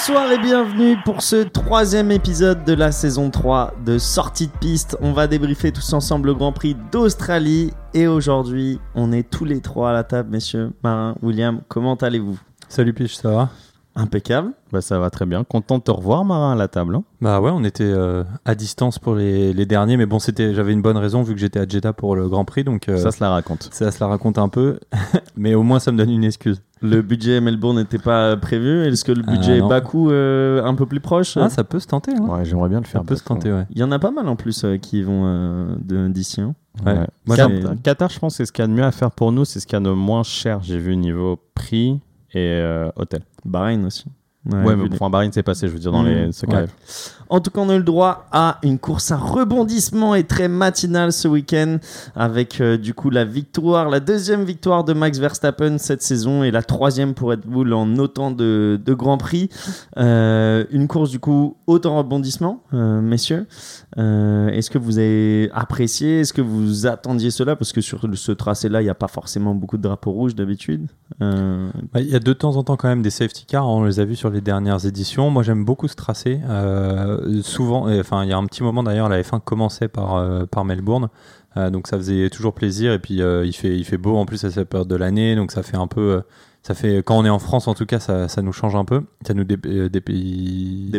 Bonsoir et bienvenue pour ce 3e épisode de la saison 3 de Sortie de Piste. On va débriefer tous ensemble le Grand Prix d'Australie. Et aujourd'hui, on est tous les trois à la table, messieurs. Marin, William, comment allez-vous ? Salut Piche, ça va ? Impeccable. Bah ça va très bien. Content de te revoir, Marin, à la table. Hein. Bah ouais, on était à distance pour les derniers, mais bon, j'avais une bonne raison vu que j'étais à Jeddah pour le Grand Prix, donc ça se la raconte. Ça se la raconte un peu, mais au moins ça me donne une excuse. Le budget Melbourne n'était pas prévu. Est-ce que le budget Bakou un peu plus proche ? Ah, ça peut se tenter. Hein. Ouais, j'aimerais bien le faire. Ça peut se tenter, ouais. Il y en a pas mal en plus qui vont d'ici. Hein. Ouais. Moi, Qatar, je pense, c'est ce qu'il y a de mieux à faire pour nous, c'est ce qu'il y a de moins cher. J'ai vu niveau prix et hôtel. Bahreïn aussi. Ouais, mais pour Bahreïn, c'est passé, je veux dire, dans ce qui arrive. En tout cas, on a eu le droit à une course à rebondissement et très matinale ce week-end avec du coup la deuxième victoire de Max Verstappen cette saison et la 3e pour Red Bull en autant de Grands Prix. Une course du coup haute en rebondissement, messieurs. Est-ce que vous avez apprécié ? Est-ce que vous attendiez cela ? Parce que sur ce tracé-là, il n'y a pas forcément beaucoup de drapeaux rouges d'habitude. Il y a de temps en temps quand même des safety cars, on les a vus sur les dernières éditions. Moi, j'aime beaucoup ce tracé. Souvent, il y a un petit moment d'ailleurs, la F1 commençait par Melbourne, donc ça faisait toujours plaisir. Et puis il fait beau en plus à cette période de l'année, donc ça fait un peu, quand on est en France en tout cas, ça nous change un peu, ça nous dépayse.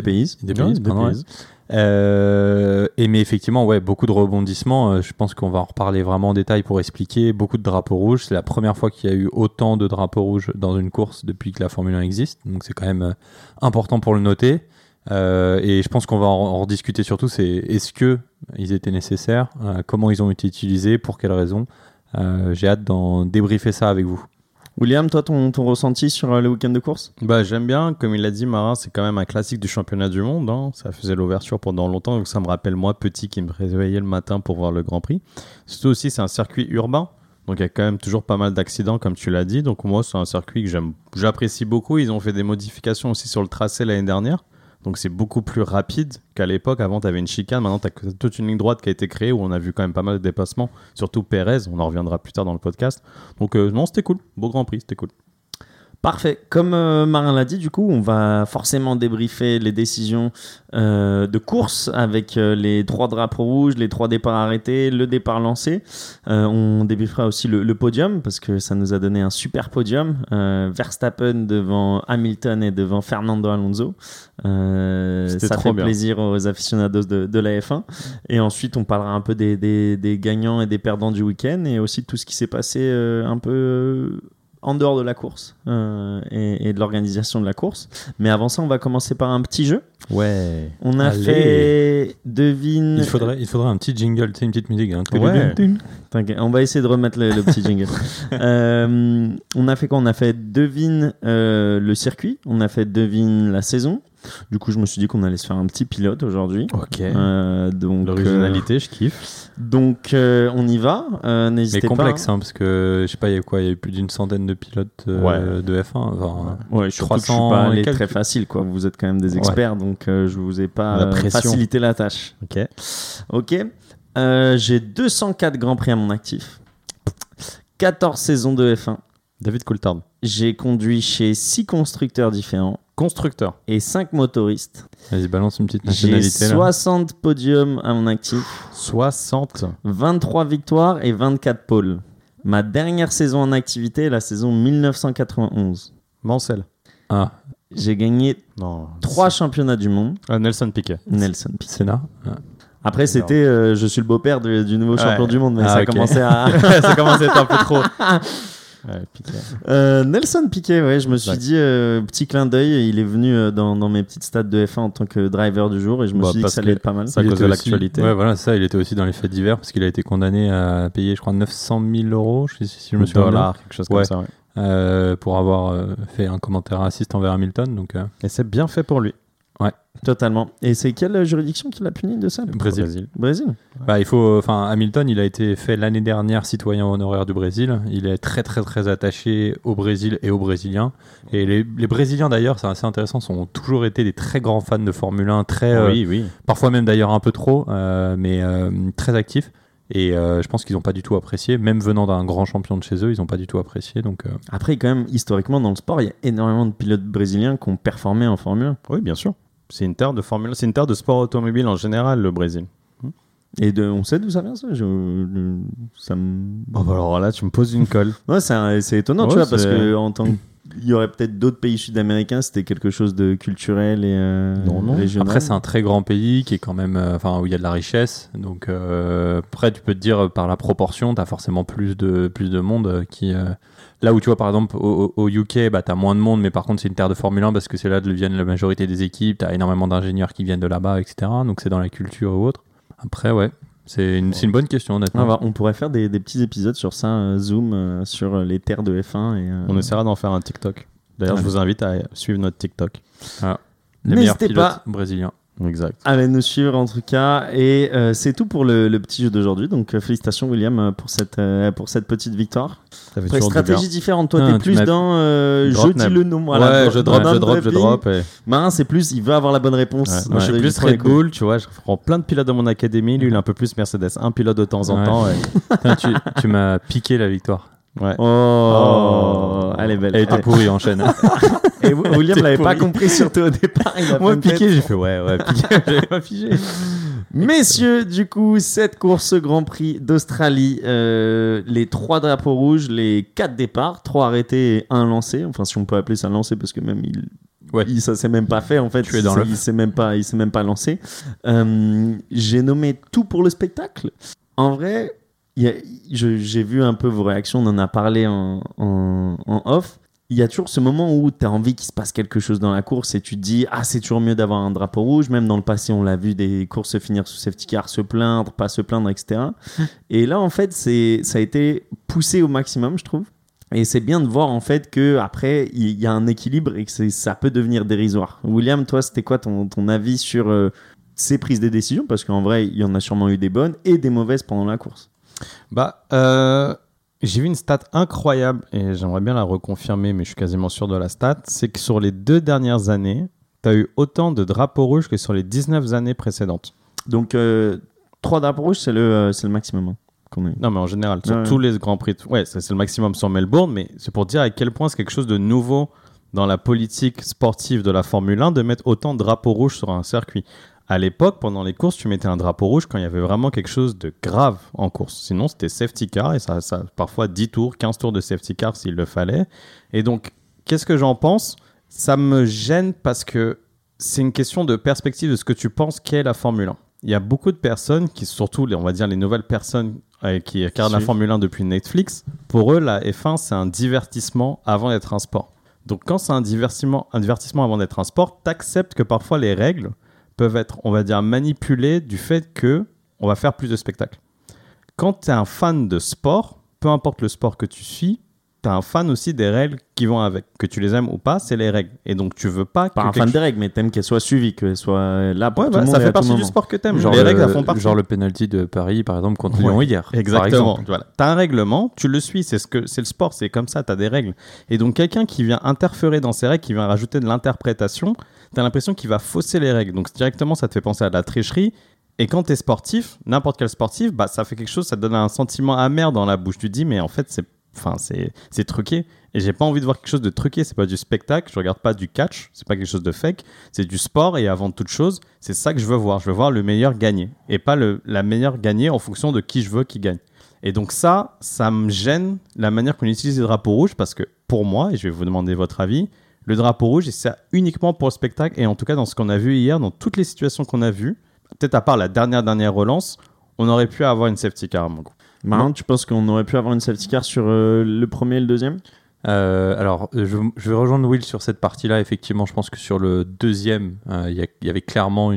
Mais effectivement, ouais, beaucoup de rebondissements. Je pense qu'on va en reparler vraiment en détail pour expliquer. Beaucoup de drapeaux rouges. C'est la première fois qu'il y a eu autant de drapeaux rouges dans une course depuis que la Formule 1 existe, donc c'est quand même important pour le noter. Et je pense qu'on va en rediscuter surtout, c'est est-ce qu'ils étaient nécessaires, comment ils ont été utilisés, pour quelles raisons. J'ai hâte d'en débriefer ça avec vous. William, toi, ton ressenti sur le week-end de course ? Bah, j'aime bien, comme il l'a dit, Marin, c'est quand même un classique du championnat du monde. Hein. Ça faisait l'ouverture pendant longtemps, donc ça me rappelle moi, petit, qui me réveillait le matin pour voir le Grand Prix. Surtout aussi, c'est un circuit urbain. Donc il y a quand même toujours pas mal d'accidents, comme tu l'as dit. Donc moi, c'est un circuit que j'apprécie beaucoup. Ils ont fait des modifications aussi sur le tracé l'année dernière. Donc c'est beaucoup plus rapide qu'à l'époque. Avant, tu avais une chicane. Maintenant, tu as toute une ligne droite qui a été créée où on a vu quand même pas mal de dépassements. Surtout Pérez. On en reviendra plus tard dans le podcast. Donc non, c'était cool. Beau Grand Prix, c'était cool. Parfait. Comme Marin l'a dit, du coup, on va forcément débriefer les décisions de course avec les 3 drapeaux rouges, les 3 départs arrêtés, le départ lancé. On débriefera aussi le podium parce que ça nous a donné un super podium. Verstappen devant Hamilton et devant Fernando Alonso. Ça fait plaisir aux aficionados de la F1. Et ensuite, on parlera un peu des gagnants et des perdants du week-end et aussi de tout ce qui s'est passé un peu... en dehors de la course et de l'organisation de la course. Mais avant ça, on va commencer par un petit jeu. Ouais. On a fait devine... Il faudrait un petit jingle, une petite musique. Hein. Ouais. On va essayer de remettre le petit jingle. On a fait quoi ? On a fait devine le circuit. On a fait devine la saison. Du coup, je me suis dit qu'on allait se faire un petit pilote aujourd'hui. Ok. Donc, l'originalité, je kiffe. Donc, on y va. N'hésitez pas. Mais complexe, hein, parce que je sais pas, il y a eu plus d'une centaine de pilotes de F1. Enfin, ouais, surtout que je suis pas allé très facile, quoi. Vous êtes quand même des experts, donc je vous ai pas facilité la tâche. Ok. J'ai 204 Grands Prix à mon actif. 14 saisons de F1. David Coulthard. J'ai conduit chez 6 constructeurs différents. Et 5 motoristes. Vas-y, balance une petite nationalité. J'ai 60 podiums à mon actif. 60. 23 victoires et 24 pôles. Ma dernière saison en activité est la saison 1991. Mansell. Ah. J'ai gagné 3 championnats du monde. Nelson Piquet. Senna. Après, c'était je suis le beau-père du nouveau champion du monde, mais ça commençait à... ça commençait à être un peu trop... Nelson Piquet, ouais, je me suis dit petit clin d'œil, il est venu dans mes petites stats de F1 en tant que driver du jour et je me suis dit que ça allait être pas mal. Ça à cause de l'actualité. Ouais, voilà, ça, il était aussi dans les faits divers parce qu'il a été condamné à payer, je crois, 900 000 €, si je me souviens bien. Quelque chose comme ça, ouais. Pour avoir fait un commentaire raciste envers Hamilton. Donc, Et c'est bien fait pour lui. Ouais, totalement. Et c'est quelle juridiction qui l'a puni de ça ? Brésil. Bah, Hamilton, il a été fait l'année dernière citoyen honoraire du Brésil. Il est très très très attaché au Brésil et aux Brésiliens. Et les Brésiliens d'ailleurs, c'est assez intéressant, ont toujours été des très grands fans de Formule 1, très, oui. parfois même d'ailleurs un peu trop, mais très actifs. Et je pense qu'ils n'ont pas du tout apprécié, même venant d'un grand champion de chez eux, ils n'ont pas du tout apprécié. Donc, Après, quand même, historiquement, dans le sport, il y a énormément de pilotes brésiliens qui ont performé en Formule 1. Oui, bien sûr. C'est une terre de Formule 1, c'est une terre de sport automobile en général, le Brésil. Et on sait d'où ça vient, ça ça me... Oh, bah alors là, tu me poses une colle. Ouais, c'est étonnant, Ouais, tu vois, parce c'est- que en tant que... Il y aurait peut-être d'autres pays sud-américains, c'était quelque chose de culturel et Non. régional. après, c'est un très grand pays qui est quand même, où il y a de la richesse. Donc, après, tu peux te dire par la proportion, tu as forcément plus de monde qui. Là où tu vois, par exemple, au UK, bah, tu as moins de monde, mais par contre, c'est une terre de Formule 1 parce que c'est là d'où viennent la majorité des équipes. Tu as énormément d'ingénieurs qui viennent de là-bas, etc. Donc, c'est dans la culture ou autre. Après, ouais, c'est une bonne question, honnêtement. On pourrait faire des petits épisodes sur ça, Zoom, sur les terres de F1. Et, On essaiera d'en faire un TikTok. D'ailleurs, je vous invite à suivre notre TikTok. Les meilleurs N'hésitez pilotes pas brésiliens. Exact. Allez nous suivre en tout cas. Et c'est tout pour le petit jeu d'aujourd'hui. Donc félicitations William pour cette petite victoire. Ça fait Après, toujours du bien. stratégie différente. Toi, Ah, t'es tu plus m'as- dans Drop je dis name. le nom. Voilà, Ouais, je drop. drop. Et... Marin, c'est plus, il veut avoir la bonne réponse. Ouais. Moi, je suis plus Red Bull, tu vois. Je prends plein de pilotes dans mon académie. Lui, il est un peu plus Mercedes. Un pilote de temps en Ouais. temps. Putain, tu m'as piqué la victoire. Ouais. Oh, elle est belle. Elle était Allez. pourrie, enchaîne. Et William T'es l'avait pas pourri. compris surtout au départ. Il a Moi, fait une tête. piqué, j'ai fait ouais, piqué. J'avais pas figé. Messieurs, du coup, cette course Grand Prix d'Australie, les 3 drapeaux rouges, les 4 départs, 3 arrêtés et 1 lancé. Enfin, si on peut appeler ça lancé, parce que même ça s'est même pas fait en fait. Tu es dans l'œuf. Il s'est même pas lancé. J'ai nommé tout pour le spectacle. En vrai, j'ai vu un peu vos réactions. On en a parlé en off. Il y a toujours ce moment où tu as envie qu'il se passe quelque chose dans la course et tu te dis c'est toujours mieux d'avoir un drapeau rouge. Même dans le passé, on l'a vu des courses se finir sous safety car, se plaindre, pas se plaindre, etc. Et là, en fait, ça a été poussé au maximum, je trouve. Et c'est bien de voir en fait qu'après, il y a un équilibre et que ça peut devenir dérisoire. William, toi, c'était quoi ton avis sur ces prises de décision? Parce qu'en vrai, il y en a sûrement eu des bonnes et des mauvaises pendant la course. J'ai vu une stat incroyable et j'aimerais bien la reconfirmer, mais je suis quasiment sûr de la stat. C'est que sur les 2 dernières années, tu as eu autant de drapeaux rouges que sur les 19 années précédentes. Donc, 3 drapeaux rouges, c'est le maximum qu'on a eu. Non, mais en général, sur Ouais. tous les grands prix. Ouais, ça, c'est le maximum sur Melbourne, mais c'est pour dire à quel point c'est quelque chose de nouveau dans la politique sportive de la Formule 1 de mettre autant de drapeaux rouges sur un circuit. À l'époque, pendant les courses, tu mettais un drapeau rouge quand il y avait vraiment quelque chose de grave en course. Sinon, c'était safety car et ça parfois 10 tours, 15 tours de safety car s'il le fallait. Et donc, qu'est-ce que j'en pense ? Ça me gêne parce que c'est une question de perspective de ce que tu penses qu'est la Formule 1. Il y a beaucoup de personnes qui, surtout, on va dire les nouvelles personnes qui regardent la Formule 1 depuis Netflix, pour eux, la F1, c'est un divertissement avant d'être un sport. Donc, quand c'est un divertissement avant d'être un sport, t'acceptes que parfois les règles peuvent être, on va dire, manipulées du fait que on va faire plus de spectacles. Quand tu es un fan de sport, peu importe le sport que tu suis, tu es un fan aussi des règles qui vont avec. Que tu les aimes ou pas, c'est les règles. Et donc, tu veux pas Pas que un fan des règles, mais t'aimes qu'elles soient suivies, qu'elles soient là pour Ouais, tout le monde. ça et fait à tout partie du moment. sport que tu aimes. Genre Les règles, elles font partie. genre le penalty de Paris, par exemple, contre Lyon Ouais, hier. par Exactement. exemple. Voilà. Tu as un règlement, tu le suis, c'est le sport, c'est comme ça, tu as des règles. Et donc quelqu'un qui vient interférer dans ces règles, qui vient rajouter de l'interprétation, tu as l'impression qu'il va fausser les règles. Donc directement, ça te fait penser à de la tricherie. Et quand tu es sportif, n'importe quel sportif, bah, ça fait quelque chose, ça te donne un sentiment amer dans la bouche. Tu te dis, mais en fait, c'est truqué. Et j'ai pas envie de voir quelque chose de truqué. C'est pas du spectacle. Je regarde pas du catch. C'est pas quelque chose de fake. C'est du sport. Et avant toute chose, c'est ça que je veux voir. Je veux voir le meilleur gagner. Et pas la meilleure gagner en fonction de qui je veux qui gagne. Et donc ça me gêne la manière qu'on utilise les drapeaux rouges parce que pour moi, et je vais vous demander votre avis, le drapeau rouge, il sert uniquement pour le spectacle. Et en tout cas, dans ce qu'on a vu hier, dans toutes les situations qu'on a vues, peut-être à part la dernière relance, on aurait pu avoir une safety car à mon goût. Marin, tu penses qu'on aurait pu avoir une safety car sur le premier et le deuxième? Alors, je vais rejoindre Will sur cette partie-là. Effectivement, je pense que sur le deuxième, il y avait clairement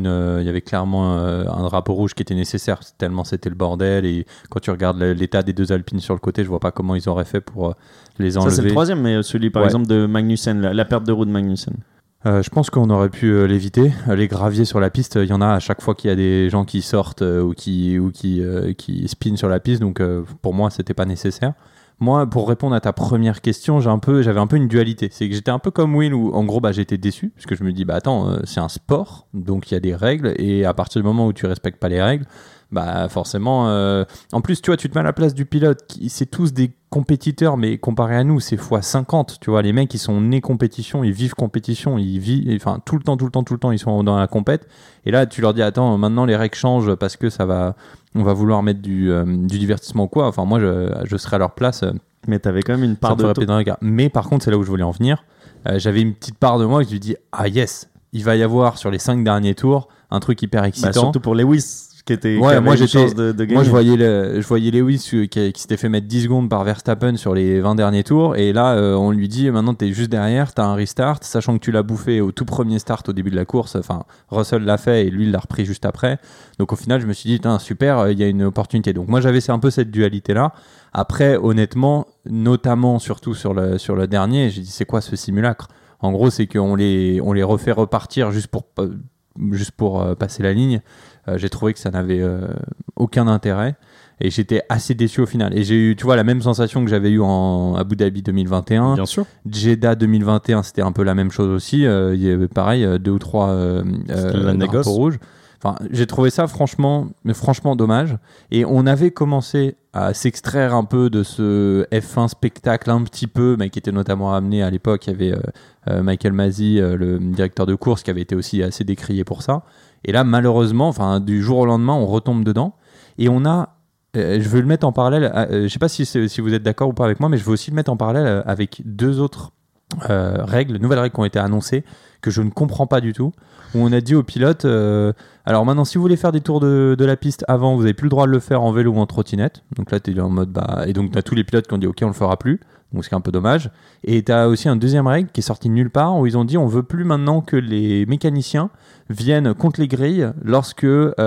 un drapeau rouge qui était nécessaire, tellement c'était le bordel. Et quand tu regardes l'état des 2 Alpines sur le côté, je vois pas comment ils auraient fait pour les enlever. Ça, c'est le troisième, mais celui par exemple de Magnussen, la perte de roue de Magnussen. Je pense qu'on aurait pu l'éviter. Les graviers sur la piste, il y en a à chaque fois qu'il y a des gens qui sortent ou qui spinent sur la piste. Donc pour moi, c'était pas nécessaire. Moi, pour répondre à ta première question, j'avais un peu une dualité. C'est que j'étais un peu comme Will où en gros j'étais déçu parce que je me dis attends, c'est un sport, donc il y a des règles et à partir du moment où tu respectes pas les règles, bah forcément. En plus, tu vois, tu te mets à la place du pilote. C'est tous des compétiteurs, mais comparé à nous, c'est x50. Tu vois, les mecs, ils sont nés compétition, ils vivent compétition, ils vivent, enfin tout le temps, ils sont dans la compète. Et là, tu leur dis, attends, maintenant les règles changent parce que on va vouloir mettre du divertissement ou quoi. Enfin, moi, je serais à leur place. Mais t'avais quand même une part de. Mais par contre, c'est là où je voulais en venir. J'avais une petite part de moi qui lui dit, ah yes, il va y avoir sur les 5 derniers tours un truc hyper excitant. Bah, surtout pour Lewis. Qui était, ouais, moi une chance de gagner. Moi je voyais Lewis qui s'était fait mettre 10 secondes par Verstappen sur les 20 derniers tours, et là on lui dit maintenant t'es juste derrière, t'as un restart, sachant que tu l'as bouffé au tout premier start au début de la course. Enfin, Russell l'a fait et lui il l'a repris juste après, donc au final je me suis dit super, il y a une opportunité. Donc moi j'avais un peu cette dualité là. Après honnêtement, notamment surtout sur le dernier, j'ai dit c'est quoi ce simulacre? En gros c'est qu'on les refait repartir juste pour passer la ligne. J'ai trouvé que ça n'avait aucun intérêt et j'étais assez déçu au final. Et j'ai eu, tu vois, la même sensation que j'avais eu en Abu Dhabi 2021. Bien sûr. Jeddah 2021, c'était un peu la même chose aussi. Il y avait pareil 2 ou 3 drapeaux rouges. Enfin, j'ai trouvé ça franchement dommage. Et on avait commencé à s'extraire un peu de ce F1 spectacle un petit peu, mais qui était notamment amené à l'époque. Il y avait Michael Masi, le directeur de course, qui avait été aussi assez décrié pour ça. Et là, malheureusement, du jour au lendemain, on retombe dedans. Et on a, je veux le mettre en parallèle, je ne sais pas si vous êtes d'accord ou pas avec moi, mais je veux aussi le mettre en parallèle avec 2 autres nouvelles règles qui ont été annoncées, que je ne comprends pas du tout, où on a dit aux pilotes, alors maintenant, si vous voulez faire des tours de la piste avant, vous n'avez plus le droit de le faire en vélo ou en trottinette. Donc là, tu es en mode, et donc tu as tous les pilotes qui ont dit, ok, on ne le fera plus. Donc c'est un peu dommage. Et tu as aussi un deuxième règle qui est sorti de nulle part, où ils ont dit, on veut plus maintenant que les mécaniciens viennent contre les grilles lorsque y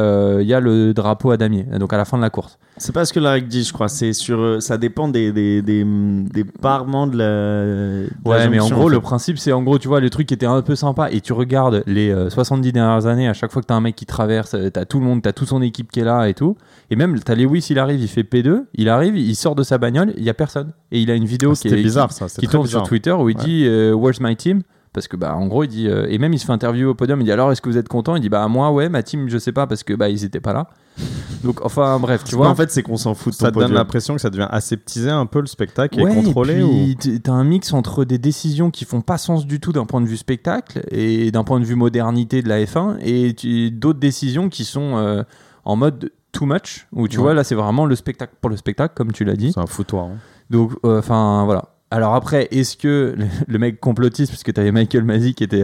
a le drapeau à damier, donc à la fin de la course. C'est pas ce que la règle dit, je crois. C'est ça dépend des parements de la. Ouais, mais en gros, le principe, c'est en gros, tu vois, le truc qui était un peu sympa, et tu regardes les 70 dernières années, à chaque fois que t'as un mec qui traverse, t'as tout le monde, t'as toute son équipe qui est là et tout. Et même, t'as Lewis, il arrive, il fait P2, il arrive, il sort de sa bagnole, il y a personne. Et il a une vidéo qui tourne sur Twitter où il dit Where's my team? Parce que en gros il dit et même il se fait interviewer au podium, il dit alors est-ce que vous êtes content? Il dit moi ouais, ma team je sais pas parce que ils étaient pas là. Donc enfin bref, tu vois, en fait c'est qu'on s'en fout de ton ça podium. donne l'impression que ça devient aseptisé un peu le spectacle et contrôlé, et puis t'as un mix entre des décisions qui font pas sens du tout d'un point de vue spectacle et d'un point de vue modernité de la F1, et d'autres décisions qui sont en mode too much, où tu vois là c'est vraiment le spectacle pour le spectacle comme tu l'as dit. C'est un foutoir. Donc voilà. Alors après, est-ce que le mec complotiste, parce que tu avais Michael Masi qui était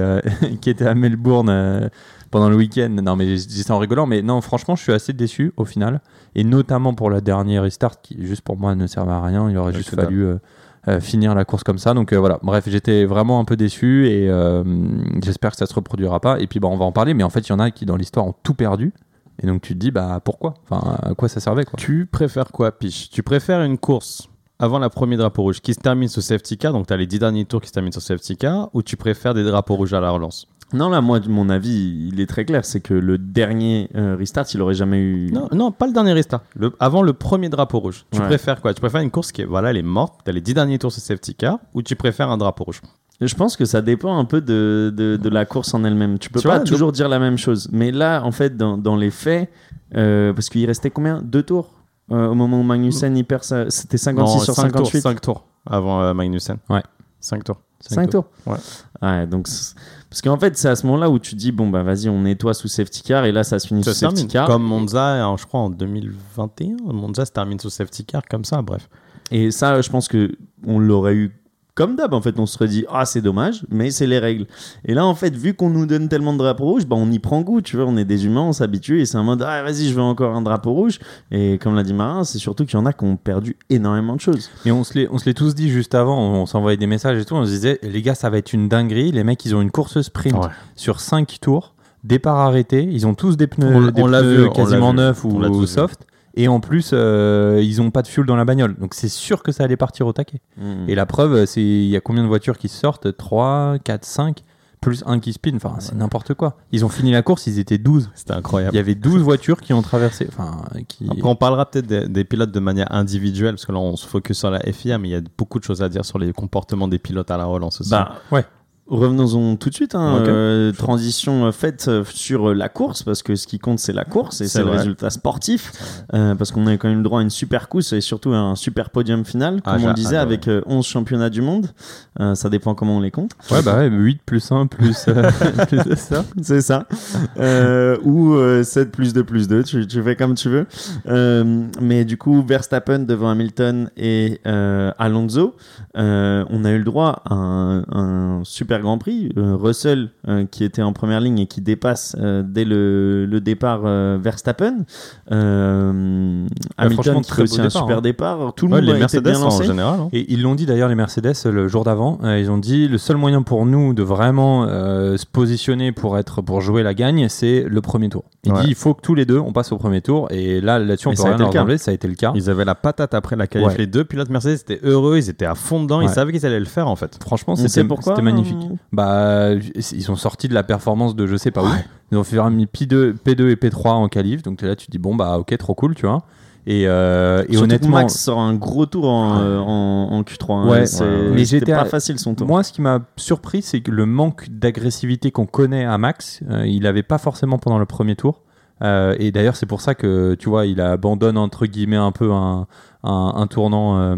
à Melbourne pendant le week-end, non mais je dis ça en rigolant, mais non franchement je suis assez déçu au final, et notamment pour la dernière restart qui juste pour moi ne servait à rien, il aurait juste fallu finir la course comme ça, donc voilà, bref j'étais vraiment un peu déçu et j'espère que ça se reproduira pas, et puis on va en parler, mais en fait il y en a qui dans l'histoire ont tout perdu. Et donc tu te dis pourquoi, à quoi ça servait quoi. Tu préfères quoi, Piche? Tu préfères une course avant la première drapeau rouge qui se termine sur safety car, donc tu as les 10 derniers tours qui se terminent sur safety car, ou tu préfères des drapeaux rouges à la relance? Non, là, moi, mon avis, il est très clair. C'est que le dernier restart, il aurait jamais eu. Non, pas le dernier restart. Avant le premier drapeau rouge. Tu préfères quoi? Tu préfères une course qui est, elle est morte, tu as les 10 derniers tours sur safety car, ou tu préfères un drapeau rouge? Je pense que ça dépend un peu de la course en elle-même. Tu peux pas toujours dire la même chose. Mais là, en fait, dans les faits, parce qu'il restait combien? 2 tours au moment où Magnussen il perd c'était 56 sur 58. 5 tours avant Magnussen. Ouais. 5 tours. 5 tours. Ouais. Donc parce qu'en fait c'est à ce moment-là où tu dis vas-y on nettoie sous safety car, et là ça se finit sous safety car. Comme Monza, je crois en 2021, Monza se termine sous safety car comme ça, bref. Et ça je pense que on l'aurait eu comme d'hab, en fait, on se serait dit c'est dommage, mais c'est les règles. Et là, en fait, vu qu'on nous donne tellement de drapeaux rouges, on y prend goût, tu vois, on est des humains, on s'habitue, et c'est un mode vas-y, je veux encore un drapeau rouge. Et comme l'a dit Marin, c'est surtout qu'il y en a qui ont perdu énormément de choses. Mais on se l'est tous dit juste avant, on s'envoyait des messages et tout, on se disait les gars, ça va être une dinguerie, les mecs ils ont une course sprint sur 5 tours, départ arrêté, ils ont tous des pneus, quasiment neufs ou soft. Et en plus, ils n'ont pas de fuel dans la bagnole. Donc c'est sûr que ça allait partir au taquet. Et la preuve, il y a combien de voitures qui sortent? 3, 4, 5, plus un qui spin. Enfin, c'est n'importe quoi. Ils ont fini la course, ils étaient 12. C'était incroyable. Il y avait 12 voitures qui ont traversé. Après, on parlera peut-être des pilotes de manière individuelle, parce que là, on se focus sur la FIA, mais il y a beaucoup de choses à dire sur les comportements des pilotes à la relance aussi. Ouais. Revenons-en tout de suite. Ok. Transition faite sur la course, parce que ce qui compte, c'est la course et c'est le vrai. résultat sportif. Parce qu'on a quand même eu le droit à une super course et surtout à un super podium final, comme on disait, avec 11 championnats du monde. Ça dépend comment on les compte. Ouais, bah ouais, 8 plus 1 plus ça. C'est ça. Ou 7 plus 2 plus 2, tu fais comme tu veux. Mais du coup, Verstappen devant Hamilton et Alonso. On a eu le droit à un super Grand Prix. Russell qui était en première ligne et qui dépasse dès le départ Verstappen. Hamilton qui fait aussi un super départ. Tout le monde les a été Mercedes bien lancé. en général. Et ils l'ont dit d'ailleurs, les Mercedes, le jour d'avant. Ils ont dit le seul moyen pour nous de vraiment se positionner pour jouer la gagne, c'est le premier tour. Il dit il faut que tous les deux on passe au premier tour. Et là-dessus, on peut rien leur enlever. Ça a été le cas. Ils avaient la patate après la qualif. Les deux pilotes Mercedes étaient heureux, ils étaient à fond dedans, ils savaient qu'ils allaient le faire en fait. Franchement, c'était magnifique. Bah, ils sont sortis de la performance de je sais pas où. Ils ont fait P2 et P3 en qualif. Donc là, tu te dis bon bah ok, trop cool, tu vois. Et honnêtement, Max sort un gros tour en Q3. Mais c'était pas facile son tour. Moi, ce qui m'a surpris, c'est que le manque d'agressivité qu'on connaît à Max, il avait pas forcément pendant le premier tour. Et d'ailleurs, c'est pour ça que tu vois, il abandonne entre guillemets un peu un tournant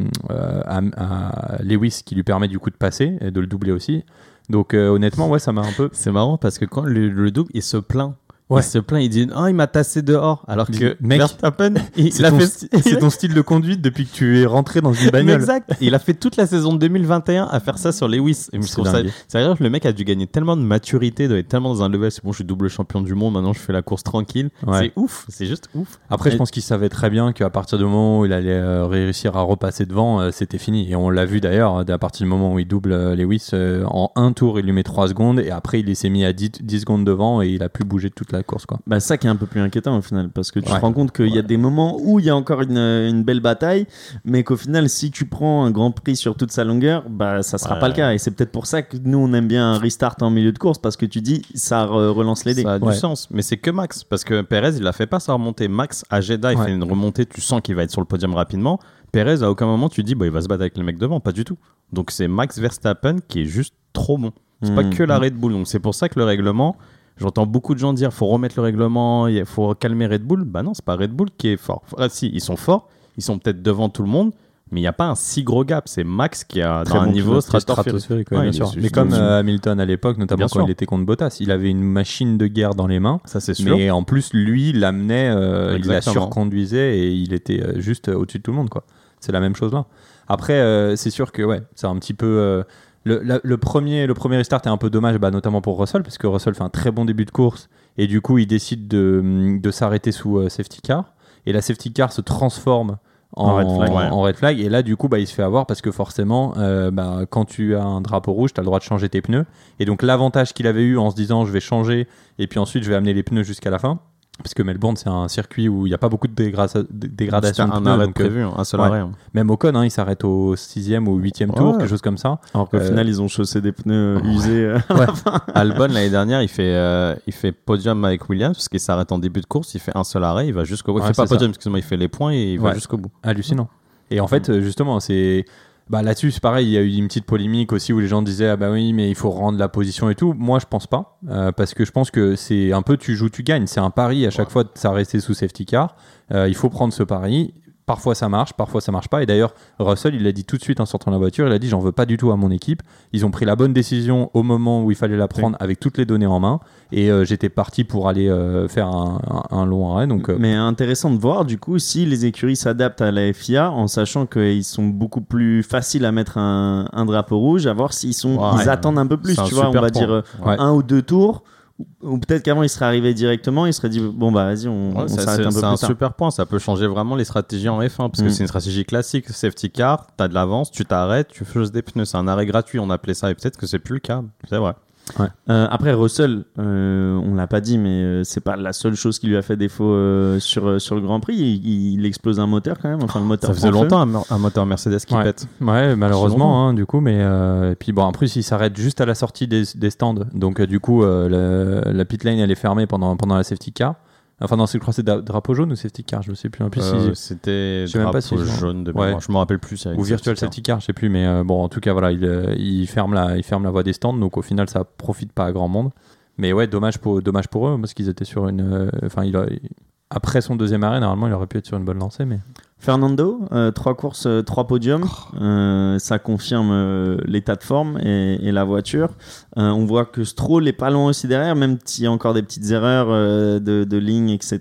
à Lewis qui lui permet du coup de passer et de le doubler aussi. Donc honnêtement, ça m'a un peu. C'est marrant parce que quand le double, il se plaint. Il se plaint, il dit il m'a tassé dehors. Alors que Verstappen, c'est ton style de conduite depuis que tu es rentré dans une bagnole. Exact. Il a fait toute la saison de 2021 à faire ça sur Lewis. Et je trouve ça. C'est-à-dire que le mec a dû gagner tellement de maturité, doit être tellement dans un level. C'est bon, je suis double champion du monde. Maintenant, je fais la course tranquille. C'est ouf. C'est juste ouf. Après, je pense qu'il savait très bien qu'à partir du moment où il allait réussir à repasser devant, c'était fini. Et on l'a vu d'ailleurs, à partir du moment où il double Lewis, en un tour, il lui met 3 secondes. Et après, il s'est mis à 10 secondes devant et il a plus bougé de toute la course, quoi. Bah, ça qui est un peu plus inquiétant au final, parce que tu te rends compte qu'il y a des moments où il y a encore une belle bataille, mais qu'au final, si tu prends un Grand Prix sur toute sa longueur, bah ça sera pas le cas. Et c'est peut-être pour ça que nous on aime bien un restart en milieu de course, parce que tu dis ça relance les dés. Ça a du sens, mais c'est que Max, parce que Perez il a fait pas sa remontée. Max à Jeddah il fait une remontée, tu sens qu'il va être sur le podium rapidement. Perez à aucun moment tu dis il va se battre avec les mecs devant, pas du tout. Donc c'est Max Verstappen qui est juste trop bon. C'est pas que la Red Bull, donc c'est pour ça que le règlement. J'entends beaucoup de gens dire faut remettre le règlement, il faut calmer Red Bull. Bah non, c'est pas Red Bull qui est fort. Si, ils sont forts, ils sont peut-être devant tout le monde, mais il n'y a pas un si gros gap. C'est Max qui a un niveau stratosphérique. Bien sûr. Mais comme Hamilton à l'époque, notamment quand il était contre Bottas, il avait une machine de guerre dans les mains. Ça, c'est sûr. Mais en plus, lui, il l'amenait, il la surconduisait et il était juste au-dessus de tout le monde, quoi. C'est la même chose là. Après, c'est sûr que c'est un petit peu. Le premier restart est un peu dommage, notamment pour Russell, parce que Russell fait un très bon début de course et du coup il décide de s'arrêter sous safety car et la safety car se transforme en red flag et là du coup il se fait avoir parce que forcément quand tu as un drapeau rouge tu as le droit de changer tes pneus et donc l'avantage qu'il avait eu en se disant je vais changer et puis ensuite je vais amener les pneus jusqu'à la fin. Parce que Melbourne, c'est un circuit où il n'y a pas beaucoup de dégradation. C'est un arrêt prévu, un seul arrêt. Même Ocon, il s'arrête au 6e ou 8e tour, quelque chose comme ça. Alors qu'au final, ils ont chaussé des pneus usés. Albon, l'année dernière, il fait podium avec Williams, parce qu'il s'arrête en début de course, il fait un seul arrêt, il va jusqu'au bout. Il fait pas podium, excuse-moi, il fait les points et il va jusqu'au bout. Hallucinant. Et en fait, justement, c'est... là-dessus, c'est pareil, il y a eu une petite polémique aussi où les gens disaient oui, mais il faut rendre la position et tout. Moi, je pense pas, parce que je pense que c'est un peu tu joues, tu gagnes. C'est un pari à chaque fois de s'arrêter sous safety car. Il faut prendre ce pari. Parfois ça marche, parfois ça marche pas. Et d'ailleurs, Russell, il l'a dit tout de suite en sortant de la voiture. Il a dit j'en veux pas du tout à mon équipe. Ils ont pris la bonne décision au moment où il fallait la prendre avec toutes les données en main. Et j'étais parti pour aller faire un long arrêt. Donc, Mais intéressant de voir du coup si les écuries s'adaptent à la FIA en sachant qu'ils sont beaucoup plus faciles à mettre un drapeau rouge, à voir s'ils ils attendent un peu plus. Tu vois, on va dire 1 ou 2 tours. Ou peut-être qu'avant il serait arrivé directement, il serait dit vas-y on s'arrête un peu plus tard. C'est un super point, ça peut changer vraiment les stratégies en F1 parce que c'est une stratégie classique, safety car, t'as de l'avance, tu t'arrêtes, tu fais des pneus, c'est un arrêt gratuit, on appelait ça et peut-être que c'est plus le cas, c'est vrai. Après Russell, on l'a pas dit, mais c'est pas la seule chose qui lui a fait défaut sur le Grand Prix. Il explose un moteur quand même. Enfin, le moteur. Ça faisait longtemps un moteur Mercedes qui pète. Ouais, malheureusement, du coup. Mais et puis en plus, il s'arrête juste à la sortie des stands. Donc du coup, la pit lane elle est fermée pendant la safety car. Enfin, non, je crois que c'est drapeau jaune ou safety car, je ne sais plus. En plus, c'était je sais même pas si jaune de mémoire. Je me rappelle plus. Ou virtual safety car, je sais plus. Mais bon, en tout cas, voilà, il ferme la voie des stands. Donc au final, ça profite pas à grand monde. Mais ouais, dommage pour eux, parce qu'ils étaient sur une. Après son deuxième arrêt, normalement, il aurait pu être sur une bonne lancée. Mais... Fernando, 3 courses, 3 podiums. Ça confirme l'état de forme et la voiture. On voit que Stroll est pas loin aussi derrière, même s'il y a encore des petites erreurs de ligne, etc.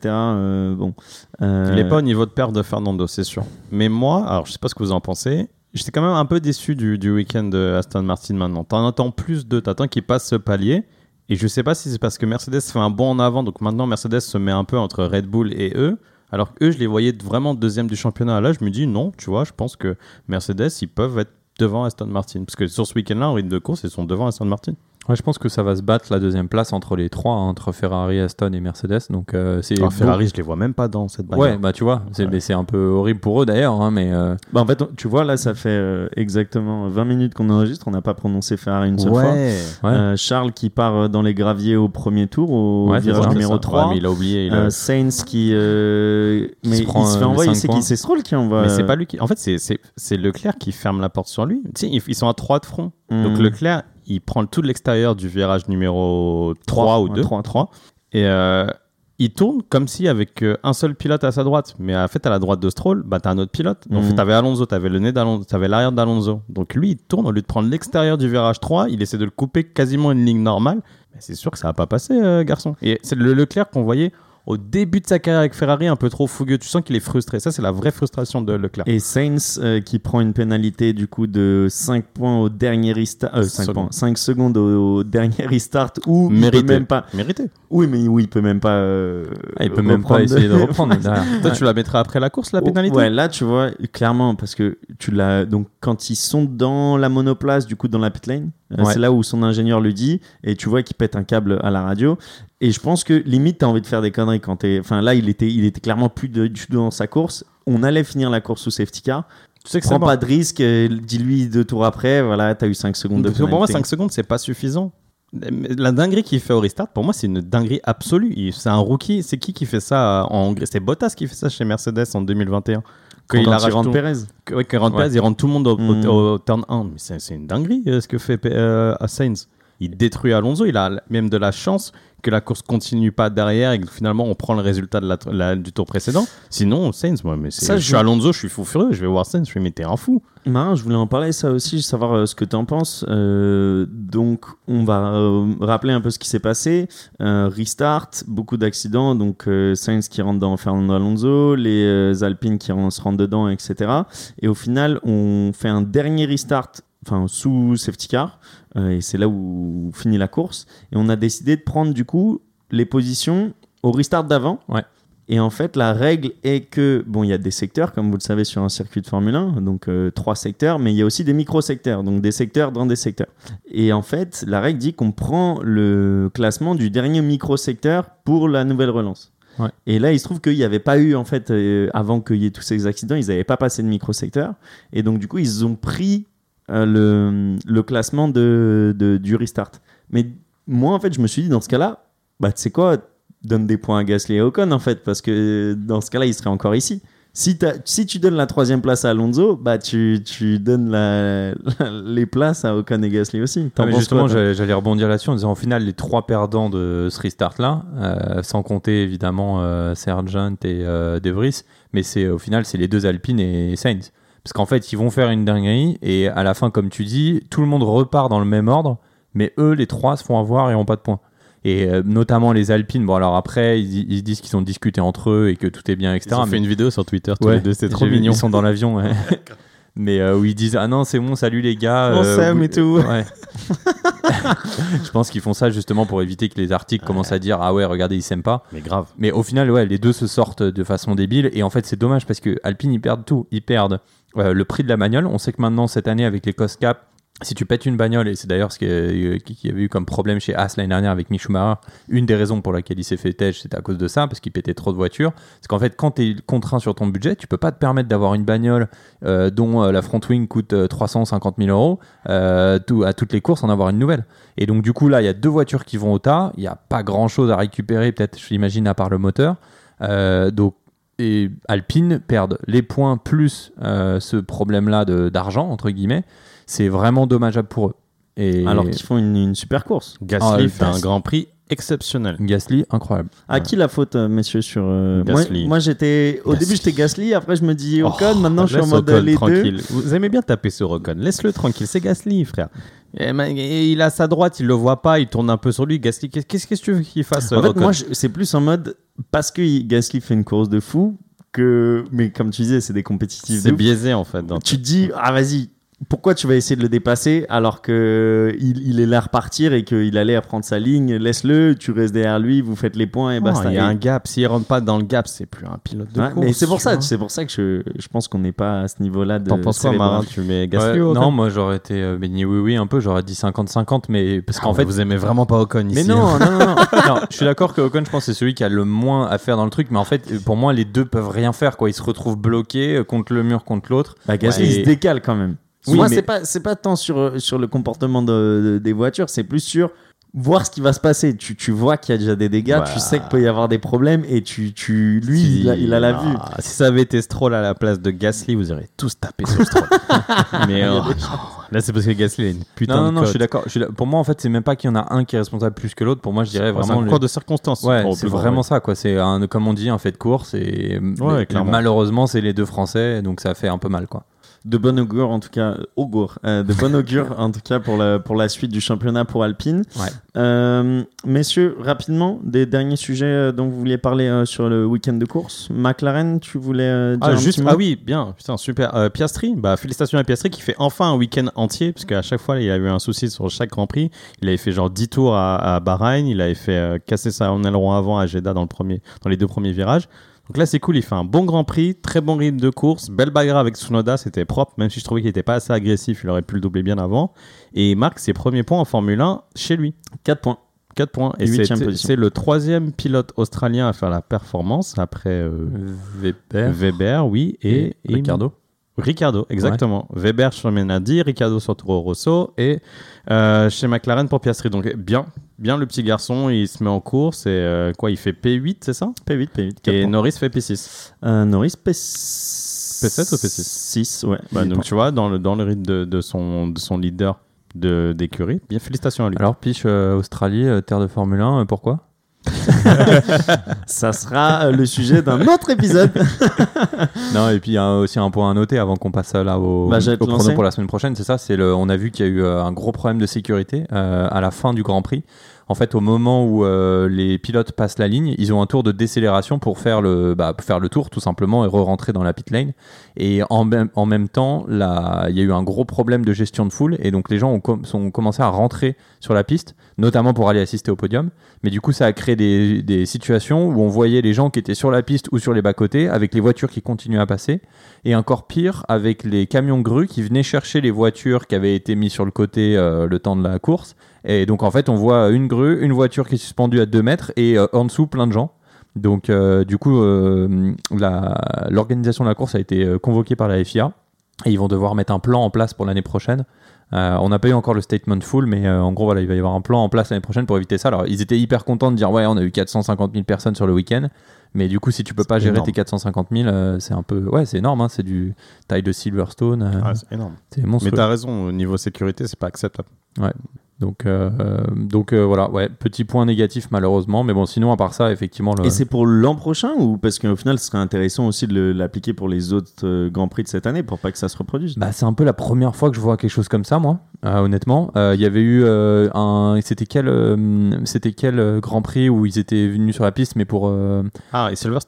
Il n'est pas au niveau de perte de Fernando, c'est sûr. Mais moi, alors je sais pas ce que vous en pensez, j'étais quand même un peu déçu du week-end de Aston Martin maintenant. T'en attends plus d'eux, t'attends qu'ils passent ce palier. Et je sais pas si c'est parce que Mercedes fait un bond en avant, donc maintenant Mercedes se met un peu entre Red Bull et eux, alors qu'eux, je les voyais vraiment deuxième du championnat. Là, je me dis non, tu vois, je pense que Mercedes, ils peuvent être devant Aston Martin. Parce que sur ce week-end-là, en rythme de course, ils sont devant Aston Martin. Ouais, je pense que ça va se battre la deuxième place entre les trois, entre Ferrari, Aston et Mercedes. Donc, Ferrari, je les vois même pas dans cette bagarre. Ouais, bah tu vois, c'est un peu horrible pour eux d'ailleurs. Hein, mais en fait, tu vois, là, ça fait exactement 20 minutes qu'on enregistre. On n'a pas prononcé Ferrari une seule fois. Ouais. Charles qui part dans les graviers au premier tour, au virage numéro 3. Ouais, mais il a oublié. Sainz qui. Mais il se fait envoyer. C'est qui? C'est Stroll qui envoie. Mais c'est pas lui qui. En fait, c'est Leclerc qui ferme la porte sur lui. Tu sais, ils sont à 3 de front. Donc Leclerc, il prend tout l'extérieur du virage numéro 3 ou 2. 3. Et il tourne comme si avec un seul pilote à sa droite. Mais en fait, à la droite de Stroll, t'as un autre pilote. Donc, t'avais Alonso, t'avais le nez d'Alonso, t'avais l'arrière d'Alonso. Donc, lui, il tourne au lieu de prendre l'extérieur du virage 3. Il essaie de le couper quasiment une ligne normale. Mais c'est sûr que ça va pas passer, garçon. Et c'est le Leclerc qu'on voyait au début de sa carrière avec Ferrari, un peu trop fougueux. Tu sens qu'il est frustré. Ça, c'est la vraie frustration de Leclerc. Et Sainz qui prend une pénalité du coup de 5 points au dernier restart. 5 secondes au dernier restart. Ou il peut même pas. Mérité. Oui, mais il peut même pas. Il peut même pas essayer de reprendre. Toi, tu la mettras après la course, la pénalité? Ouais, là, tu vois, clairement, parce que tu l'as. Donc, quand ils sont dans la monoplace, du coup, dans la pit lane, c'est là où son ingénieur lui dit, et tu vois qu'il pète un câble à la radio. Et je pense que limite, t'as envie de faire des conneries quand t'es. Enfin, là, il était clairement plus du tout dans sa course. On allait finir la course sous safety car. Tu sais que prends pas de risque, dis-lui 2 tours après, voilà, t'as eu 5 secondes de pénalité. Pour moi, 5 secondes, c'est pas suffisant. La dinguerie qu'il fait au restart, pour moi, c'est une dinguerie absolue. C'est un rookie. C'est qui fait ça en Hongrie? C'est Bottas qui fait ça chez Mercedes en 2021. Quand il rentre Pérez. Quand il rentre Pérez, il rentre tout le monde au turn 1. Mais c'est une dinguerie ce que fait Sainz. Il détruit Alonso. Il a même de la chance que la course continue pas derrière et que finalement on prend le résultat du tour précédent. Sinon, Sainz, moi, mais je suis Alonso, je suis fou furieux. Je vais voir Sainz, je vais mettre un fou. Marin, je voulais en parler ça aussi, savoir ce que tu en penses. Donc, on va rappeler un peu ce qui s'est passé. Restart, beaucoup d'accidents. Donc, Sainz qui rentre dans Fernando Alonso, les Alpines qui se rentrent dedans, etc. Et au final, on fait un dernier restart sous safety car. Et c'est là où finit la course. Et on a décidé de prendre du coup les positions au restart d'avant. Ouais. Et en fait, la règle est que, il y a des secteurs, comme vous le savez, sur un circuit de Formule 1, donc 3 secteurs, mais il y a aussi des micro-secteurs, donc des secteurs dans des secteurs. Et en fait, la règle dit qu'on prend le classement du dernier micro-secteur pour la nouvelle relance. Ouais. Et là, il se trouve qu'il n'y avait pas eu, en fait, avant qu'il y ait tous ces accidents, ils n'avaient pas passé de micro-secteur. Et donc, du coup, ils ont pris le classement du restart. Mais moi, en fait, je me suis dit, dans ce cas-là, tu sais quoi, donne des points à Gasly et Ocon, en fait, parce que dans ce cas-là, il serait encore ici. Si tu donnes la 3e place à Alonso, tu donnes les places à Ocon et Gasly aussi. Mais justement, j'allais rebondir là-dessus en disant, au final, les 3 perdants de ce restart-là, sans compter évidemment Sargent et De Vries, mais au final, c'est les 2 Alpines et Sainz. Parce qu'en fait, ils vont faire une dinguerie et à la fin, comme tu dis, tout le monde repart dans le même ordre, mais eux, les 3 se font avoir et n'ont pas de points. Et notamment les Alpines, alors après, ils disent qu'ils ont discuté entre eux et que tout est bien, etc. Ils ont fait une vidéo sur Twitter, tous les deux, c'était trop mignon. Ils sont dans l'avion, ouais. Mais où ils disent, ah non, c'est bon, salut les gars. On s'aime et tout. Ouais. Je pense qu'ils font ça justement pour éviter que les articles commencent à dire, ah ouais, regardez, ils s'aiment pas. Mais grave. Mais au final, les deux se sortent de façon débile. Et en fait, c'est dommage parce que Alpine, ils perdent tout. Ils perdent le prix de la bagnole. On sait que maintenant, cette année, avec les cost cap, si tu pètes une bagnole, et c'est d'ailleurs ce qu'il y avait eu comme problème chez Haas l'année dernière avec Mick Schumacher, une des raisons pour laquelle il s'est fait têche, c'était à cause de ça, parce qu'il pétait trop de voitures. C'est qu'en fait, quand tu es contraint sur ton budget, tu peux pas te permettre d'avoir une bagnole dont la front wing coûte 350 000 euros à toutes les courses, en avoir une nouvelle. Et donc du coup, là, il y a 2 voitures qui vont au tas, il n'y a pas grand-chose à récupérer, peut-être, je l'imagine, à part le moteur. Et Alpine perdent les points plus ce problème-là d'argent, entre guillemets. C'est vraiment dommageable pour eux. Et Alors qu'ils font une super course. Gasly fait un Grand Prix exceptionnel. Gasly, incroyable. À qui la faute, messieurs, sur Gasly. Moi, j'étais au début j'étais Gasly, après je me dis Ocon, maintenant je suis en laisse mode Ocon les tranquille. deux. Vous aimez bien taper sur Ocon, laisse-le tranquille, c'est Gasly, frère. Et il a sa droite, il le voit pas, il tourne un peu sur lui. Gasly, qu'est-ce que tu veux qu'il fasse, En fait, Ocon? moi c'est plus en mode parce que Gasly fait une course de fou que, mais comme tu disais, c'est des compétitifs. C'est biaisé en fait. Tu te dis vas-y. Pourquoi tu vas essayer de le dépasser alors qu'il est là à repartir et qu'il allait à prendre sa ligne? Laisse-le, tu restes derrière lui, vous faites les points et basta. Il y a un gap. S'il rentre pas dans le gap, c'est plus un pilote de course. Mais c'est pour ça que je pense qu'on n'est pas à ce niveau-là de. T'en penses quoi, Marin? Tu mets Gasly ou Ocon? Non, moi j'aurais été béni oui un peu, j'aurais dit 50-50, mais parce qu'en fait vous aimez vraiment pas Ocon ici. Mais non, non, je suis d'accord que Ocon, je pense, c'est celui qui a le moins à faire dans le truc, mais en fait, pour moi, les deux peuvent rien faire, quoi. Ils se retrouvent bloqués contre le mur, contre l'autre. Gasly il se décale quand même. Oui, moi, mais... c'est pas tant sur le comportement des voitures, c'est plus sur voir ce qui va se passer. Tu vois qu'il y a déjà des dégâts, tu sais qu'il peut y avoir des problèmes et lui, il a la vue. Si ça avait été Stroll à la place de Gasly, vous auriez tous tapé sur Stroll. Mais là, c'est parce que Gasly a une putain de cote. Non, je suis d'accord. Pour moi, en fait, c'est même pas qu'il y en a un qui est responsable plus que l'autre. Pour moi, je dirais vraiment. C'est un cours de circonstances. Ouais, c'est vraiment ça, quoi. C'est comme on dit, un fait de course. Et malheureusement, c'est les deux Français, donc ça fait un peu mal, quoi. De bon augure en tout cas, de bon augure en tout cas pour la suite du championnat pour Alpine. Ouais. Messieurs, rapidement, des derniers sujets dont vous vouliez parler sur le week-end de course. McLaren, tu voulais dire un petit mot? Oui, bien, putain, super. Piastri, félicitations à Piastri qui fait enfin un week-end entier, parce qu'à chaque fois il a eu un souci sur chaque Grand Prix. Il avait fait genre 10 tours à Bahreïn, il avait fait casser son aileron avant à Jeddah dans les 2 premiers virages. Donc là, c'est cool, il fait un bon Grand Prix, très bon rythme de course, belle bagarre avec Tsunoda, c'était propre, même si je trouvais qu'il n'était pas assez agressif, il aurait pu le doubler bien avant. Et il marque ses premiers points en Formule 1 chez lui. 4 points. 4 points. Et c'est le 3e pilote australien à faire la performance après Weber, oui, et Ricciardo, exactement. Ouais. Weber sur Menardi, Ricciardo sur Toro Rosso et chez McLaren pour Piastri. Donc bien le petit garçon, il se met en course et il fait P8, c'est ça? P8. Et Norris fait P6. Norris P7 ou P6? 6, ouais. Donc tu vois, dans le rythme de son leader d'écurie, bien félicitations à lui. Alors, Piche, Australie, terre de Formule 1, pourquoi? Ça sera le sujet d'un autre épisode. Non, et puis il y a aussi un point à noter avant qu'on passe là au chrono pour la semaine prochaine, c'est ça, on a vu qu'il y a eu un gros problème de sécurité à la fin du Grand Prix. En fait, au moment où les pilotes passent la ligne, ils ont un tour de décélération pour faire le tour tout simplement et re-rentrer dans la pit lane. Et en même temps, il y a eu un gros problème de gestion de foule et donc les gens ont commencé à rentrer sur la piste, notamment pour aller assister au podium. Mais du coup, ça a créé des situations où on voyait les gens qui étaient sur la piste ou sur les bas-côtés avec les voitures qui continuaient à passer. Et encore pire, avec les camions grues qui venaient chercher les voitures qui avaient été mises sur le côté le temps de la course. Et donc en fait on voit une grue, une voiture qui est suspendue à 2 mètres et en dessous plein de gens. Donc du coup l'organisation de la course a été convoquée par la FIA et ils vont devoir mettre un plan en place pour l'année prochaine. On n'a pas eu encore le statement full, mais en gros voilà, il va y avoir un plan en place l'année prochaine pour éviter ça. Alors ils étaient hyper contents de dire ouais, on a eu 450 000 personnes sur le week-end, mais du coup si tu peux pas gérer tes 450 000, c'est un peu c'est énorme, hein, c'est du taille de Silverstone. C'est énorme. C'est monstrueux. Mais t'as raison, au niveau sécurité c'est pas acceptable. Ouais. Donc voilà, petit point négatif malheureusement, mais bon, sinon à part ça, effectivement. Et c'est pour l'an prochain ou parce qu'au final, ce serait intéressant aussi de l'appliquer pour les autres Grands Prix de cette année pour pas que ça se reproduise? C'est un peu la première fois que je vois quelque chose comme ça, moi, honnêtement. Il y avait eu c'était quel Grand Prix où ils étaient venus sur la piste, mais pour. Et Silverstone.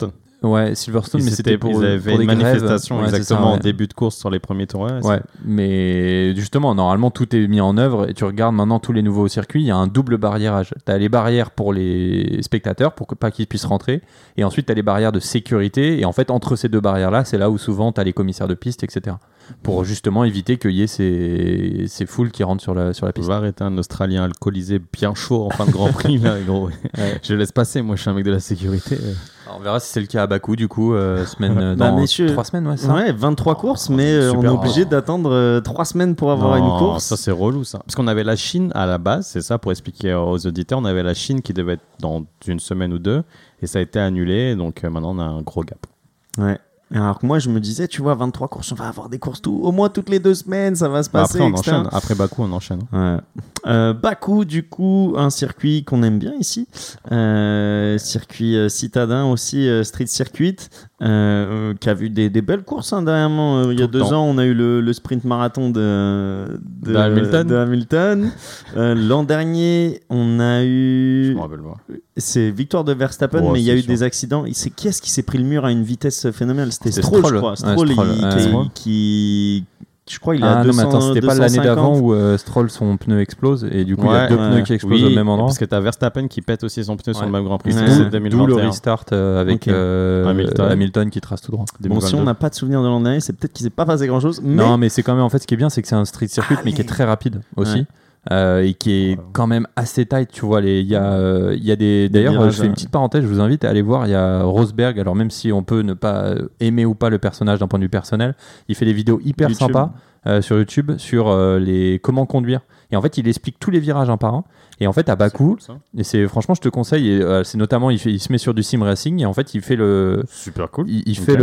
Ouais, Silverstone, mais c'était pour ils avaient pour une des manifestation grèves. Ouais, exactement c'est ça, en ouais. début de course sur les premiers tours. Ouais, mais justement, normalement, tout est mis en œuvre et tu regardes maintenant tous les nouveaux circuits, il y a un double barriérage. Tu as les barrières pour les spectateurs pour que pas qu'ils puissent rentrer, et ensuite tu as les barrières de sécurité, et en fait, entre ces deux barrières-là, c'est là où souvent tu as les commissaires de piste, etc. Pour justement éviter qu'il y ait ces foules qui rentrent sur la On piste. va arrêter un Australien alcoolisé bien chaud en fin de Grand Prix, là, gros. Ouais. Je laisse passer, moi je suis un mec de la sécurité. Alors, on verra si c'est le cas à Bakou, du coup, semaine, Bah, dans messieurs, 3 semaines, ouais, ça. Ouais, 23 courses, mais on super. est obligé d'attendre 3 semaines pour avoir Non, une course. ça c'est relou ça. Parce qu'on avait la Chine à la base, c'est ça pour expliquer aux auditeurs, on avait la Chine qui devait être dans une semaine ou deux, et ça a été annulé, donc maintenant on a un gros gap. Ouais. Alors que moi, je me disais, tu vois, 23 courses, on va avoir des courses au moins toutes les 2 semaines, ça va se passer. Après on etc. enchaîne, après Bakou on enchaîne. Ouais. Bakou, du coup, un circuit qu'on aime bien ici. Circuit citadin aussi, street circuit, qui a vu des belles courses dernièrement. Il y a Tout le 2 temps. ans, on a eu le sprint marathon de Hamilton. L'an dernier, on a Je eu... me rappelle pas. C'est victoire de Verstappen, Ouais, mais il y a c'est eu sûr. des accidents. Qui est-ce qui s'est pris le mur à une vitesse phénoménale? C'était C'était Stroll, je Stroll. crois. Ouais, Stroll, Stroll, qui je crois il est à Ah 200, non, mais attends, c'était pas l'année 250. d'avant où Stroll, son pneu explose, et du coup, il y a Ouais, 2 pneus qui explosent au même endroit. Parce que t'as Verstappen qui pète aussi son pneu sur Ouais. le même Grand Prix. Ouais. C'est D'où 2021. le restart avec Ok. Hamilton qui trace tout droit. Bon, si on n'a pas de souvenir de l'an dernier, c'est peut-être qu'il s'est pas passé grand-chose. Mais Non, mais c'est quand même, en fait, ce qui est bien, c'est que c'est un street circuit, mais qui est très rapide aussi. Et qui est quand même assez tight, tu vois. Il y a des. D'ailleurs, virages, je fais une petite parenthèse, je vous invite à aller voir. Il y a Rosberg, alors même si on peut ne pas aimer ou pas le personnage d'un point de vue personnel, il fait des vidéos hyper YouTube. sympas sur YouTube sur les comment conduire. Et en fait, il explique tous les virages un par un. Et en fait, à Bakou, et c'est franchement, je te conseille, et, c'est notamment, il se met sur du sim racing, et en fait, il fait le. Super cool. Il fait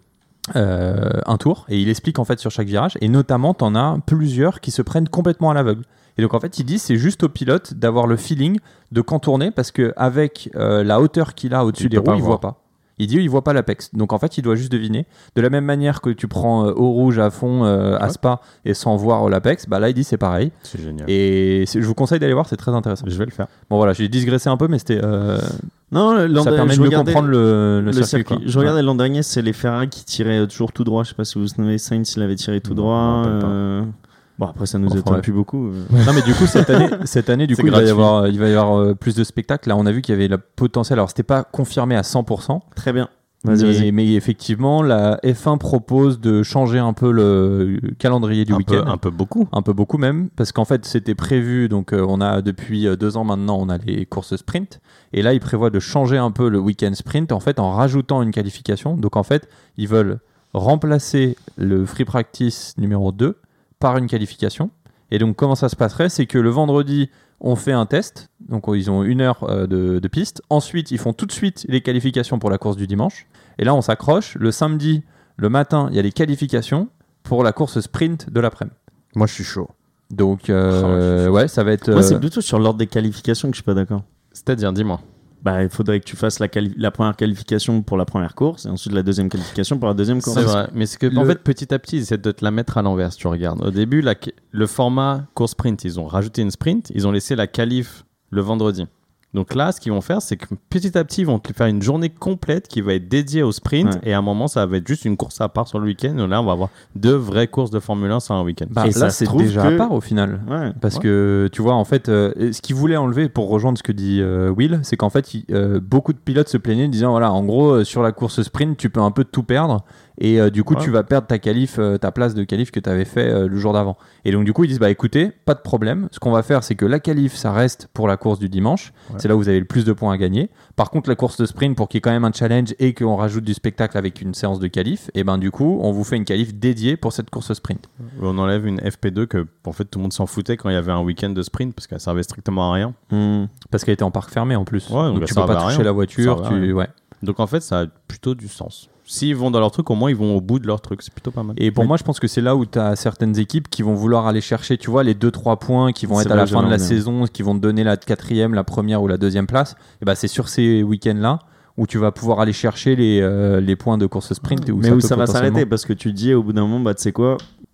un tour, et il explique en fait sur chaque virage, et notamment t'en as plusieurs qui se prennent complètement à l'aveugle, et donc en fait il dit c'est juste au pilote d'avoir le feeling de contourner, parce que avec la hauteur qu'il a au-dessus Il des peut pas roues, il voir. voit pas. Il dit il voit pas l'apex, donc en fait il doit juste deviner. De la même manière que tu prends au rouge à fond à Spa et sans voir l'apex, bah là il dit c'est pareil. C'est génial. Et je vous conseille d'aller voir, c'est très intéressant. Je vais le faire. Bon voilà, j'ai digressé un peu, mais c'était non, ça permet de mieux comprendre le circuit, quoi. Je regardais l'an dernier, c'est les Ferrari qui tiraient toujours tout droit. Je sais pas si vous vous souvenez, Sainz il avait tiré tout Non, droit. je me rappelle Bon, après ça nous Enfin, étonne ouais. plus beaucoup. Non mais du coup cette année du C'est coup il va y gratuit. avoir plus de spectacles. Là on a vu qu'il y avait le potentiel. Alors c'était pas confirmé à 100%, Très bien. Vas-y. mais effectivement la F1 propose de changer un peu le calendrier du week-end. Un peu beaucoup. Un peu beaucoup même, parce qu'en fait c'était prévu, donc on a depuis 2 ans maintenant on a les courses sprint, et là ils prévoient de changer un peu le week-end sprint en fait en rajoutant une qualification. Donc en fait ils veulent remplacer le free practice numéro 2 par une qualification. Et donc comment ça se passerait, c'est que le vendredi on fait un test, donc ils ont 1 heure de piste, ensuite ils font tout de suite les qualifications pour la course du dimanche, et là on s'accroche, le samedi, le matin il y a les qualifications pour la course sprint de l'après-midi. Moi je suis chaud. Donc je suis ouais, ça va être Moi, c'est plutôt sur l'ordre des qualifications que je suis pas d'accord. C'est-à-dire, dis-moi. Bah, il faudrait que tu fasses la première qualification pour la première course et ensuite la deuxième qualification pour la deuxième course. C'est vrai, mais c'est que en fait petit à petit ils essaient de te la mettre à l'envers si tu regardes. Au début le format course sprint, ils ont rajouté une sprint, ils ont laissé la qualif le vendredi. Donc là ce qu'ils vont faire c'est que petit à petit ils vont te faire une journée complète qui va être dédiée au sprint, Ouais. et à un moment ça va être juste une course à part sur le week-end. Donc là on va avoir 2 vraies courses de Formule 1 sur un week-end. bah, Et là ça se c'est trouve déjà que- à part au final. Ouais. Parce que tu vois en fait ce qu'ils voulaient enlever, pour rejoindre ce que dit Will, c'est qu'en fait beaucoup de pilotes se plaignaient disant voilà en gros sur la course sprint tu peux un peu tout perdre, et du coup Ouais. tu vas perdre ta place de qualif que tu avais fait le jour d'avant. Et donc du coup ils disent bah écoutez, pas de problème, ce qu'on va faire c'est que la qualif ça reste pour la course du dimanche, c'est là où vous avez le plus de points à gagner. Par contre la course de sprint, pour qu'il y ait quand même un challenge et qu'on rajoute du spectacle avec une séance de qualif, et ben du coup on vous fait une qualif dédiée pour cette course sprint. On enlève une FP2 que en fait tout le monde s'en foutait quand il y avait un week-end de sprint parce qu'elle servait strictement à rien. Parce qu'elle était en parc fermé en plus. Ouais, donc donc elle tu peux servait pas à toucher rien. la voiture. Ça servait à rien. Ouais. Donc en fait ça a plutôt du sens. S'ils vont dans leur truc, au moins ils vont au bout de leur truc, c'est plutôt pas mal. Et pour moi, je pense que c'est là où tu as certaines équipes qui vont vouloir aller chercher, tu vois, les 2-3 points qui vont C'est être à là la que fin de la j'aimerais bien. saison, qui vont te donner la 4e, la première ou la 2e place. Et bah, c'est sur ces week-ends-là où tu vas pouvoir aller chercher les points de course sprint. Et Mais où peut ça va potentiellement- s'arrêter parce que tu dis au bout d'un moment, bah tu sais quoi,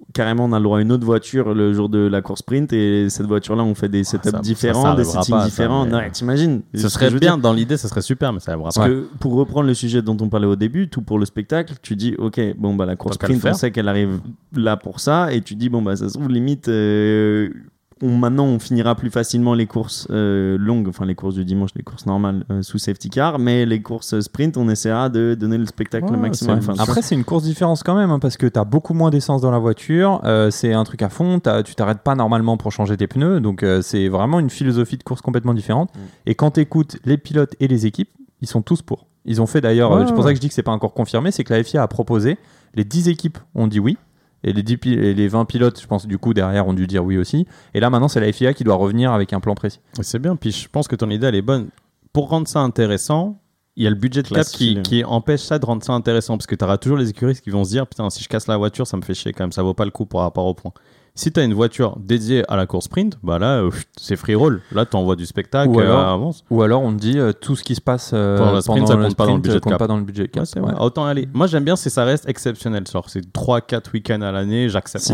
carrément on a le droit à une autre voiture le jour de la course sprint et cette voiture-là on fait des setups différents, des settings différents. Non, t'imagines? Ce serait bien dans l'idée, ça serait super, mais ça arrivera pas. Parce que pour reprendre le sujet dont on parlait au début, tout pour le spectacle, tu dis ok, bon bah la course sprint, on sait qu'elle arrive là pour ça, et tu dis bon bah ça se trouve limite. Maintenant, on finira plus facilement les courses longues, enfin les courses du dimanche, les courses normales sous safety car, mais les courses sprint, on essaiera de donner le spectacle le maximum. Après, c'est une course différence quand même, hein, parce que tu as beaucoup moins d'essence dans la voiture, c'est un truc à fond, tu t'arrêtes pas normalement pour changer tes pneus, donc c'est vraiment une philosophie de course complètement différente. Et quand tu écoutes les pilotes et les équipes, ils sont tous pour. Ils ont fait d'ailleurs, c'est pour ça que je dis que c'est pas encore confirmé, c'est que la FIA a proposé, les 10 équipes ont dit oui. Et les 20 pilotes, je pense, du coup, derrière, ont dû dire oui aussi. Et là, maintenant, c'est la FIA qui doit revenir avec un plan précis. C'est bien. Puis je pense que ton idée, elle est bonne. Pour rendre ça intéressant, il y a le budget cap qui empêche ça de rendre ça intéressant. Parce que tu auras toujours les écuristes qui vont se dire putain, si je casse la voiture, ça me fait chier quand même. Ça vaut pas le coup par rapport au point. Si tu as une voiture dédiée à la course sprint, bah là, c'est free roll. Là, tu envoies du spectacle. Ou alors, on te dit tout ce qui se passe pendant la sprint, ça compte pas dans le budget cap. Ouais, autant aller. Moi, j'aime bien si ça reste exceptionnel. Genre, c'est 3-4 week-ends à l'année, j'accepte.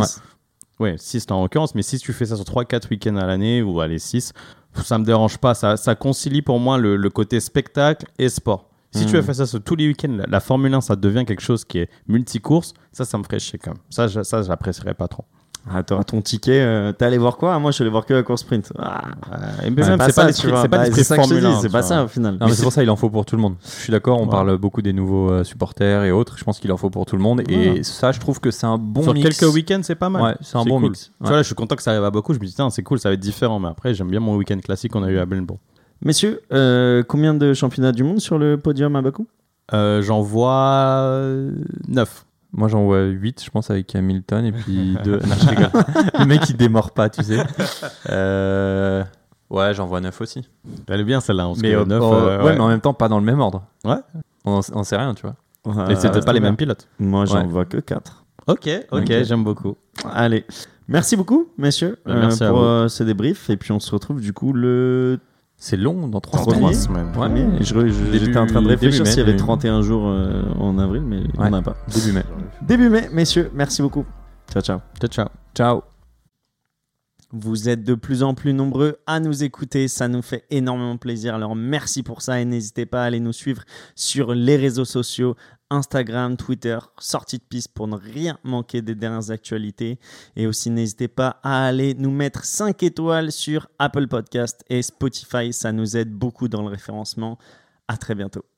6 en l'occurrence. Mais si tu fais ça sur 3-4 week-ends à l'année, ou allez, 6, ça me dérange pas. Ça concilie pour moi le côté spectacle et sport. Si tu as fait ça sur tous les week-ends, la Formule 1, ça devient quelque chose qui est multi-course. Ça me ferait chier quand même. Ça, j'apprécierais pas trop. Ah, t'auras ton ticket. T'es allé voir quoi? Moi, je suis allé voir que la course sprint. C'est pas l'esprit Formule 1. C'est pas ça au final. Non, mais c'est pour ça il en faut pour tout le monde. Je suis d'accord. On parle beaucoup des nouveaux supporters et autres. Je pense qu'il en faut pour tout le monde. Et ça, je trouve que c'est un bon mix. Sur quelques week-ends, c'est pas mal. Ouais, c'est un bon mix. Tu vois, là, je suis content que ça arrive à beaucoup. Je me dis, c'est cool, ça va être différent. Mais après, j'aime bien mon week-end classique qu'on a eu à Melbourne. Messieurs, combien de championnats du monde sur le podium à Bakou? J'en vois 9. Moi, j'en vois 8, je pense, avec Hamilton, et puis 2... Non, je rigole. Le mec, il démord pas, tu sais. Ouais, j'en vois 9 aussi. Elle est bien, celle-là. Mais, 9, mais en même temps, pas dans le même ordre. Ouais. On sait rien, tu vois. Et c'est peut-être pas les mêmes pilotes. Moi, j'en vois que 4. Ok, j'aime beaucoup. Allez, merci beaucoup, messieurs, merci pour ce débrief. Et puis, on se retrouve, du coup, le... C'est long, dans 3 semaines. Ouais, j'étais en train de réfléchir s'il y avait 31 jours en avril, mais on n'a pas. Début mai, messieurs, merci beaucoup. Ciao. Vous êtes de plus en plus nombreux à nous écouter, ça nous fait énormément plaisir. Alors merci pour ça et n'hésitez pas à aller nous suivre sur les réseaux sociaux, Instagram, Twitter, Sortie de piste pour ne rien manquer des dernières actualités. Et aussi n'hésitez pas à aller nous mettre 5 étoiles sur Apple Podcast et Spotify, ça nous aide beaucoup dans le référencement. À très bientôt.